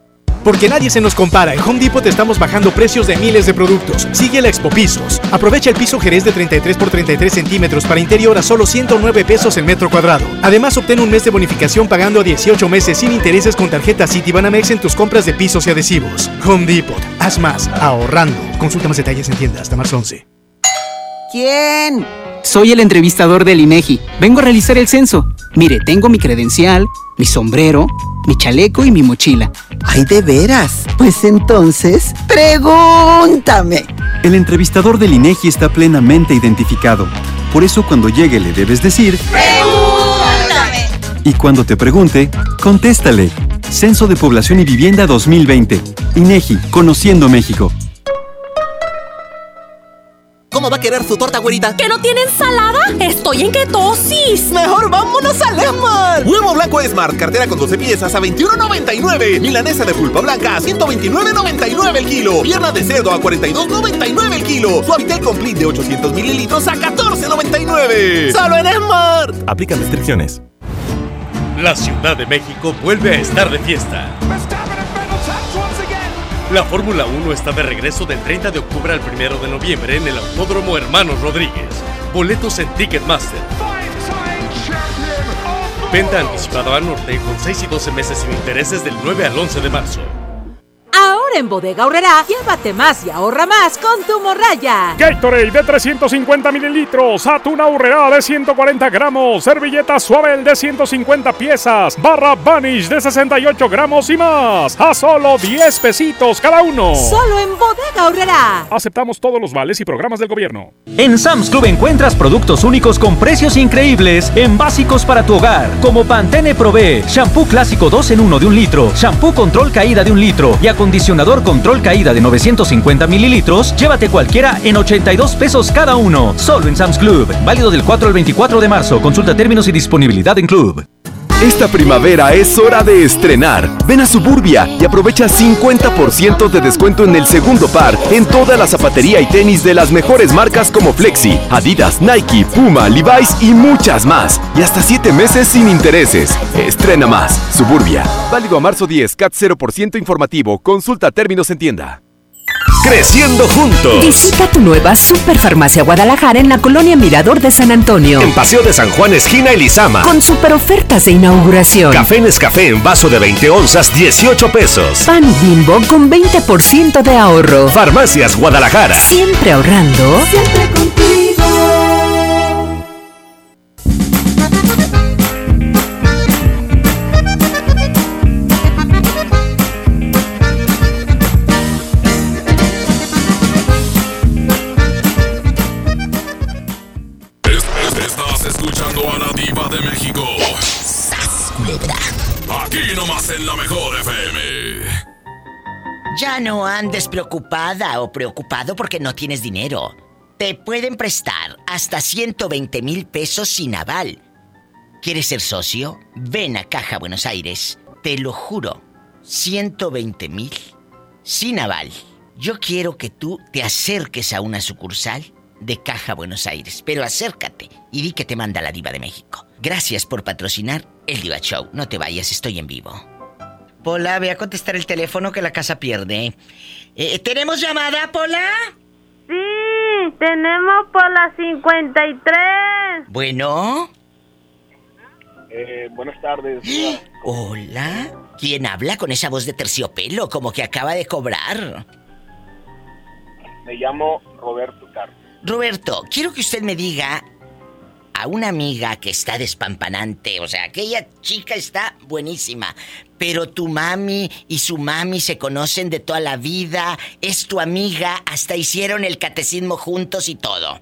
Porque nadie se nos compara. En Home Depot te estamos bajando precios de miles de productos. Sigue la Expo Pisos. Aprovecha el piso Jerez de treinta y tres por treinta y tres centímetros para interior a solo ciento nueve pesos el metro cuadrado. Además, obtén un mes de bonificación pagando a dieciocho meses sin intereses con tarjeta Citibanamex en tus compras de pisos y adhesivos. Home Depot. Haz más ahorrando. Consulta más detalles en tienda hasta marzo once.
¿Quién?
Soy el entrevistador del INEGI. Vengo a realizar el censo. Mire, tengo mi credencial, mi sombrero, mi chaleco y mi mochila.
Ay, ¿de veras? Pues entonces, pregúntame.
El entrevistador del INEGI está plenamente identificado. Por eso cuando llegue le debes decir... ¡Pregúntame! Y cuando te pregunte, contéstale. Censo de Población y Vivienda dos mil veinte. INEGI, Conociendo México.
¿Cómo va a querer su torta, güerita?
¿Que no tiene ensalada? Estoy en ketosis.
¡Mejor vámonos a Esmart! Huevo blanco Esmart, cartera con doce piezas a veintiuno noventa y nueve. Milanesa de pulpa blanca a ciento veintinueve noventa y nueve el kilo. Pierna de cerdo a cuarenta y dos noventa y nueve el kilo. Suavitel Complete de ochocientos mililitros a catorce noventa y nueve. ¡Solo en Esmart!
Aplican restricciones.
La Ciudad de México vuelve a estar de fiesta. La Fórmula uno está de regreso del treinta de octubre al primero de noviembre en el Autódromo Hermanos Rodríguez. Boletos en Ticketmaster. Venta anticipada a norte con seis y doce meses sin intereses del nueve al once de marzo.
Ahora en Bodega Aurrerá, llévate más y ahorra más con tu morraya.
Gatorade de trescientos cincuenta mililitros, atún Aurrerá de ciento cuarenta gramos, servilleta Suavel de ciento cincuenta piezas, barra Vanish de sesenta y ocho gramos y más, a solo diez pesitos cada uno.
Solo en Bodega Aurrerá.
Aceptamos todos los vales y programas del gobierno.
En Sam's Club encuentras productos únicos con precios increíbles en básicos para tu hogar, como Pantene Pro V, shampoo clásico dos en uno de un litro, shampoo control caída de un litro y acondicionador control caída de novecientos cincuenta mililitros, llévate cualquiera en ochenta y dos pesos cada uno. Solo en Sam's Club. Válido del cuatro al veinticuatro de marzo. Consulta términos y disponibilidad en Club.
Esta primavera es hora de estrenar. Ven a Suburbia y aprovecha cincuenta por ciento de descuento en el segundo par en toda la zapatería y tenis de las mejores marcas como Flexi, Adidas, Nike, Puma, Levi's y muchas más. Y hasta siete meses sin intereses. Estrena más. Suburbia. Válido a marzo diez. C A T cero por ciento informativo. Consulta términos en tienda.
Creciendo juntos.
Visita tu nueva Superfarmacia Guadalajara en la colonia Mirador de San Antonio.
En Paseo de San Juan, esquina Elizama.
Con super ofertas de inauguración.
Café Nescafé en vaso de veinte onzas, dieciocho pesos.
Pan Bimbo con veinte por ciento de ahorro.
Farmacias Guadalajara.
Siempre ahorrando.
Siempre contigo.
Escuchando a la Diva de México. Aquí nomás en la mejor F M.
Ya no andes preocupada o preocupado porque no tienes dinero. Te pueden prestar hasta ciento veinte mil pesos sin aval. ¿Quieres ser socio? Ven a Caja Buenos Aires. Te lo juro. ciento veinte mil sin aval. Yo quiero que tú te acerques a una sucursal de Caja Buenos Aires, pero acércate y di que te manda la Diva de México. Gracias por patrocinar el Diva Show. No te vayas, estoy en vivo. Pola, ve a contestar el teléfono que la casa pierde. Eh, ¿Tenemos llamada, Pola?
Sí, tenemos por la cincuenta y tres.
Bueno.
Eh, buenas tardes.
Hola. ¿Quién habla con esa voz de terciopelo como que acaba de cobrar?
Me llamo Roberto Carlos.
Roberto, quiero que usted me diga a una amiga que está despampanante, o sea, aquella chica está buenísima, pero tu mami y su mami se conocen de toda la vida, es tu amiga, hasta hicieron el catecismo juntos y todo.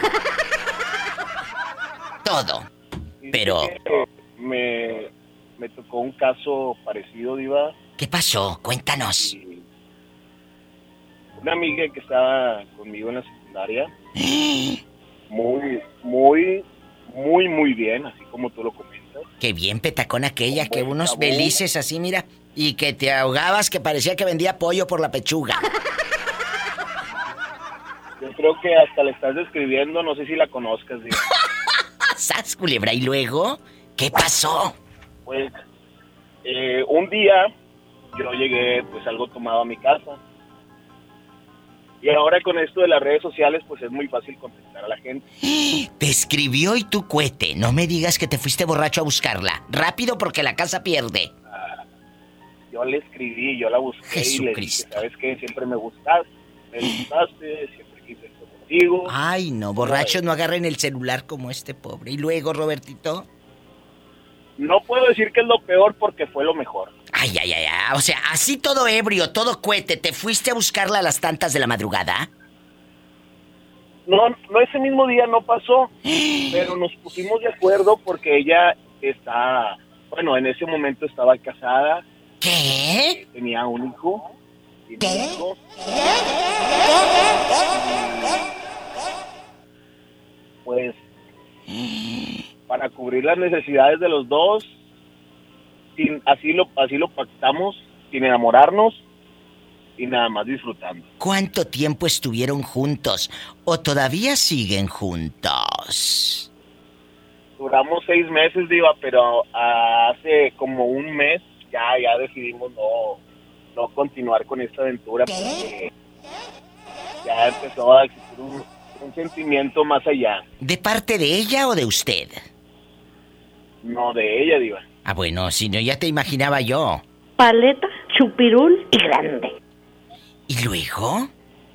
Todo. Pero...
Me, me tocó un caso parecido, Diva.
¿Qué pasó? Cuéntanos.
Una amiga que estaba conmigo en la secundaria, muy, muy, muy, muy bien, así como tú lo comentas.
Qué bien, petacón aquella, que unos belices así, mira, y que te ahogabas que parecía que vendía pollo por la pechuga.
Yo creo que hasta le estás describiendo, no sé si la conozcas, Diva.
¡Sas, culebra! ¿Y luego? ¿Qué pasó?
Pues, eh, un día yo llegué pues algo tomado a mi casa. Y ahora con esto de las redes sociales, pues es muy fácil contestar a la gente.
Te escribió y tú cuete. No me digas que te fuiste borracho a buscarla. Rápido porque la casa pierde.
Ah, yo le escribí, yo la busqué. Jesucristo. Y le dije, ¿sabes qué? Siempre me gustaste, me gustaste, siempre quise estar contigo.
Ay, no, borrachos no agarren el celular como este pobre. ¿Y luego, Robertito?
No puedo decir que es lo peor porque fue lo mejor.
Ay, ay, ay, ay, o sea, así todo ebrio, todo cuete, ¿te fuiste a buscarla a las tantas de la madrugada?
No, no, ese mismo día no pasó, pero nos pusimos de acuerdo porque ella está, bueno, en ese momento estaba casada.
¿Qué?
Tenía un hijo.
¿Qué?
Un hijo. Pues, para cubrir las necesidades de los dos, sin, así lo así lo pactamos, sin enamorarnos y nada más disfrutando.
¿Cuánto tiempo estuvieron juntos o todavía siguen juntos?
Duramos seis meses, Diva, pero hace como un mes ya ya decidimos no no continuar con esta aventura porque ya empezó a existir un, un sentimiento más allá.
¿De parte de ella o de usted?
No, de ella, Diva.
Ah, bueno, si no, ya te imaginaba yo.
Paleta, chupirul y grande.
¿Y luego?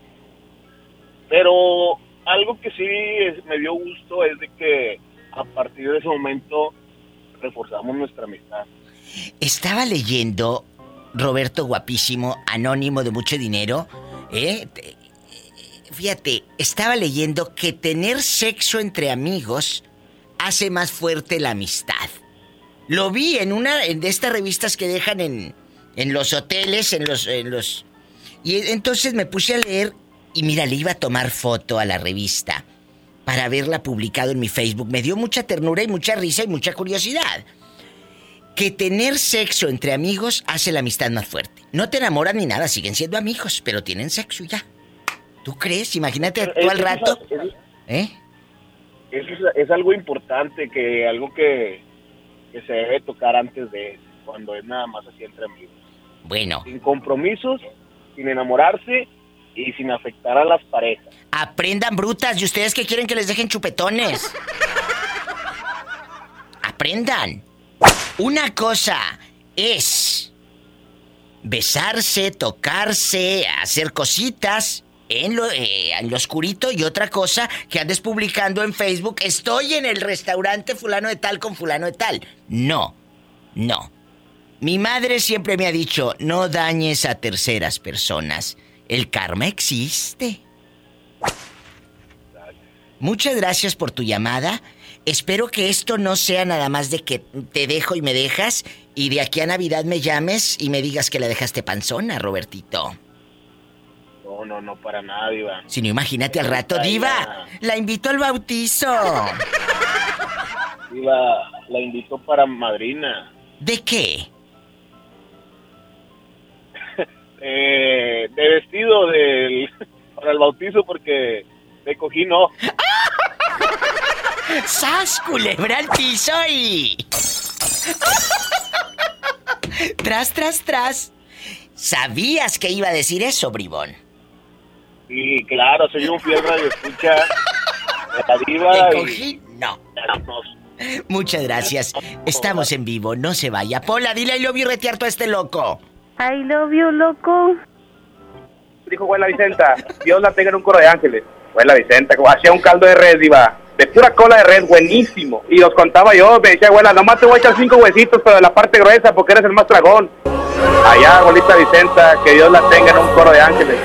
Pero algo que sí me dio gusto es de que a partir de ese momento reforzamos nuestra amistad.
Estaba leyendo, Roberto guapísimo, anónimo de mucho dinero, ¿eh? Fíjate, estaba leyendo que tener sexo entre amigos hace más fuerte la amistad. Lo vi en una de estas revistas que dejan en, en los hoteles, en los, en los... Y entonces me puse a leer y mira, le iba a tomar foto a la revista para haberla publicado en mi Facebook. Me dio mucha ternura y mucha risa y mucha curiosidad. Que tener sexo entre amigos hace la amistad más fuerte. No te enamoran ni nada, siguen siendo amigos, pero tienen sexo y ya. ¿Tú crees? Imagínate tú al rato.
Es,
¿Eh?
Es, es algo importante, que algo que... que se debe tocar antes de cuando es nada más así entre amigos.
Bueno.
Sin compromisos, sin enamorarse y sin afectar a las parejas.
Aprendan, brutas, y ustedes que quieren que les dejen chupetones. Aprendan. Una cosa es besarse, tocarse, hacer cositas en lo, eh, en lo oscurito, y otra cosa que andes publicando en Facebook, estoy en el restaurante fulano de tal con fulano de tal. No, no. Mi madre siempre me ha dicho, no dañes a terceras personas. El karma existe. Muchas gracias por tu llamada. Espero que esto no sea nada más de que te dejo y me dejas, y de aquí a Navidad me llames y me digas que la dejaste panzona, Robertito.
No, no, no, para nada, Diva.
Si no, imagínate al rato, Diva, la invito al bautizo.
Diva, la invito para madrina.
¿De qué?
eh, de vestido del para el bautizo, porque de cogí no.
¡Sas, culebra al piso y... tras, tras, tras! ¿Sabías que iba a decir eso, bribón?
Sí, claro, soy un fiel radioescucha de la Diva.
¿Te cogí? Y... No. Muchas gracias. Estamos en vivo, no se vaya. Pola, dile I love you retearto a este loco.
I love you, loco.
Dijo Abuela Vicenta, Dios la tenga en un coro de ángeles. Abuela Vicenta, hacía un caldo de res, Diva, de pura cola de res, buenísimo. Y los contaba yo, me decía, abuela, nomás te voy a echar cinco huesitos, pero de la parte gruesa, porque eres el más dragón. Allá, abuelita Vicenta, que Dios la tenga en un coro de ángeles.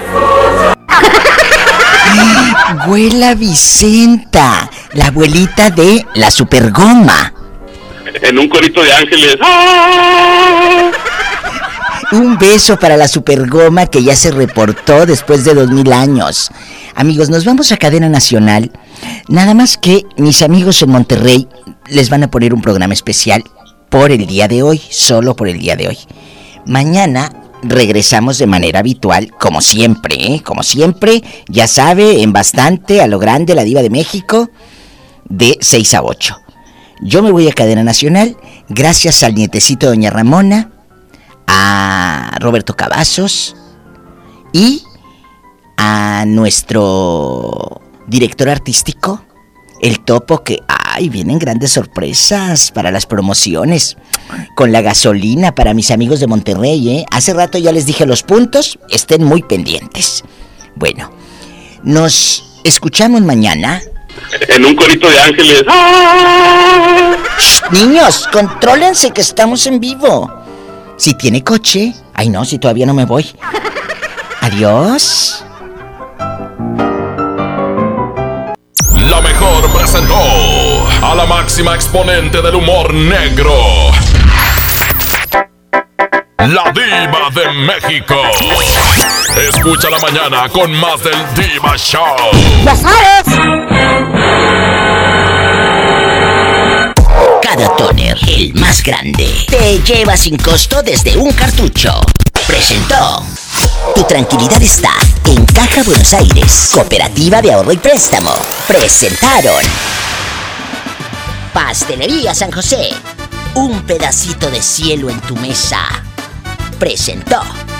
Abuela Vicenta, la abuelita de la Supergoma.
En un corito de ángeles.
Un beso para la Supergoma, que ya se reportó después de dos mil años. Amigos, nos vamos a cadena nacional. Nada más que mis amigos en Monterrey les van a poner un programa especial por el día de hoy, solo por el día de hoy. Mañana regresamos de manera habitual, como siempre, ¿eh? Como siempre, ya sabe, en bastante, a lo grande, la Diva de México, de seis a ocho. Yo me voy a cadena nacional, gracias al nietecito de Doña Ramona, a Roberto Cavazos y a nuestro director artístico, el Topo, que, ay, vienen grandes sorpresas para las promociones. Con la gasolina para mis amigos de Monterrey, ¿eh? Hace rato ya les dije los puntos, estén muy pendientes. Bueno, nos escuchamos mañana.
En un corito de ángeles.
¡Shh! Niños, contrólense que estamos en vivo. Si tiene coche... Ay, no, si todavía no me voy. Adiós.
La Mejor presentó a la máxima exponente del humor negro, la Diva de México. Escucha la mañana con más del Diva Show.
¡Ya sabes! Cada toner, el más grande, te lleva sin costo desde un cartucho. Presentó. Tu tranquilidad está en Caja Buenos Aires, Cooperativa de Ahorro y Préstamo. Presentaron Pastelería San José, un pedacito de cielo en tu mesa. Presentó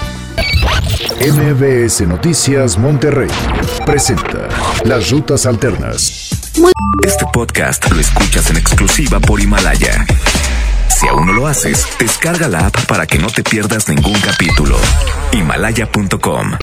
M B S Noticias Monterrey presenta Las Rutas Alternas.
Este podcast lo escuchas en exclusiva por Himalaya. Si aún no lo haces, descarga la app para que no te pierdas ningún capítulo. Himalaya punto com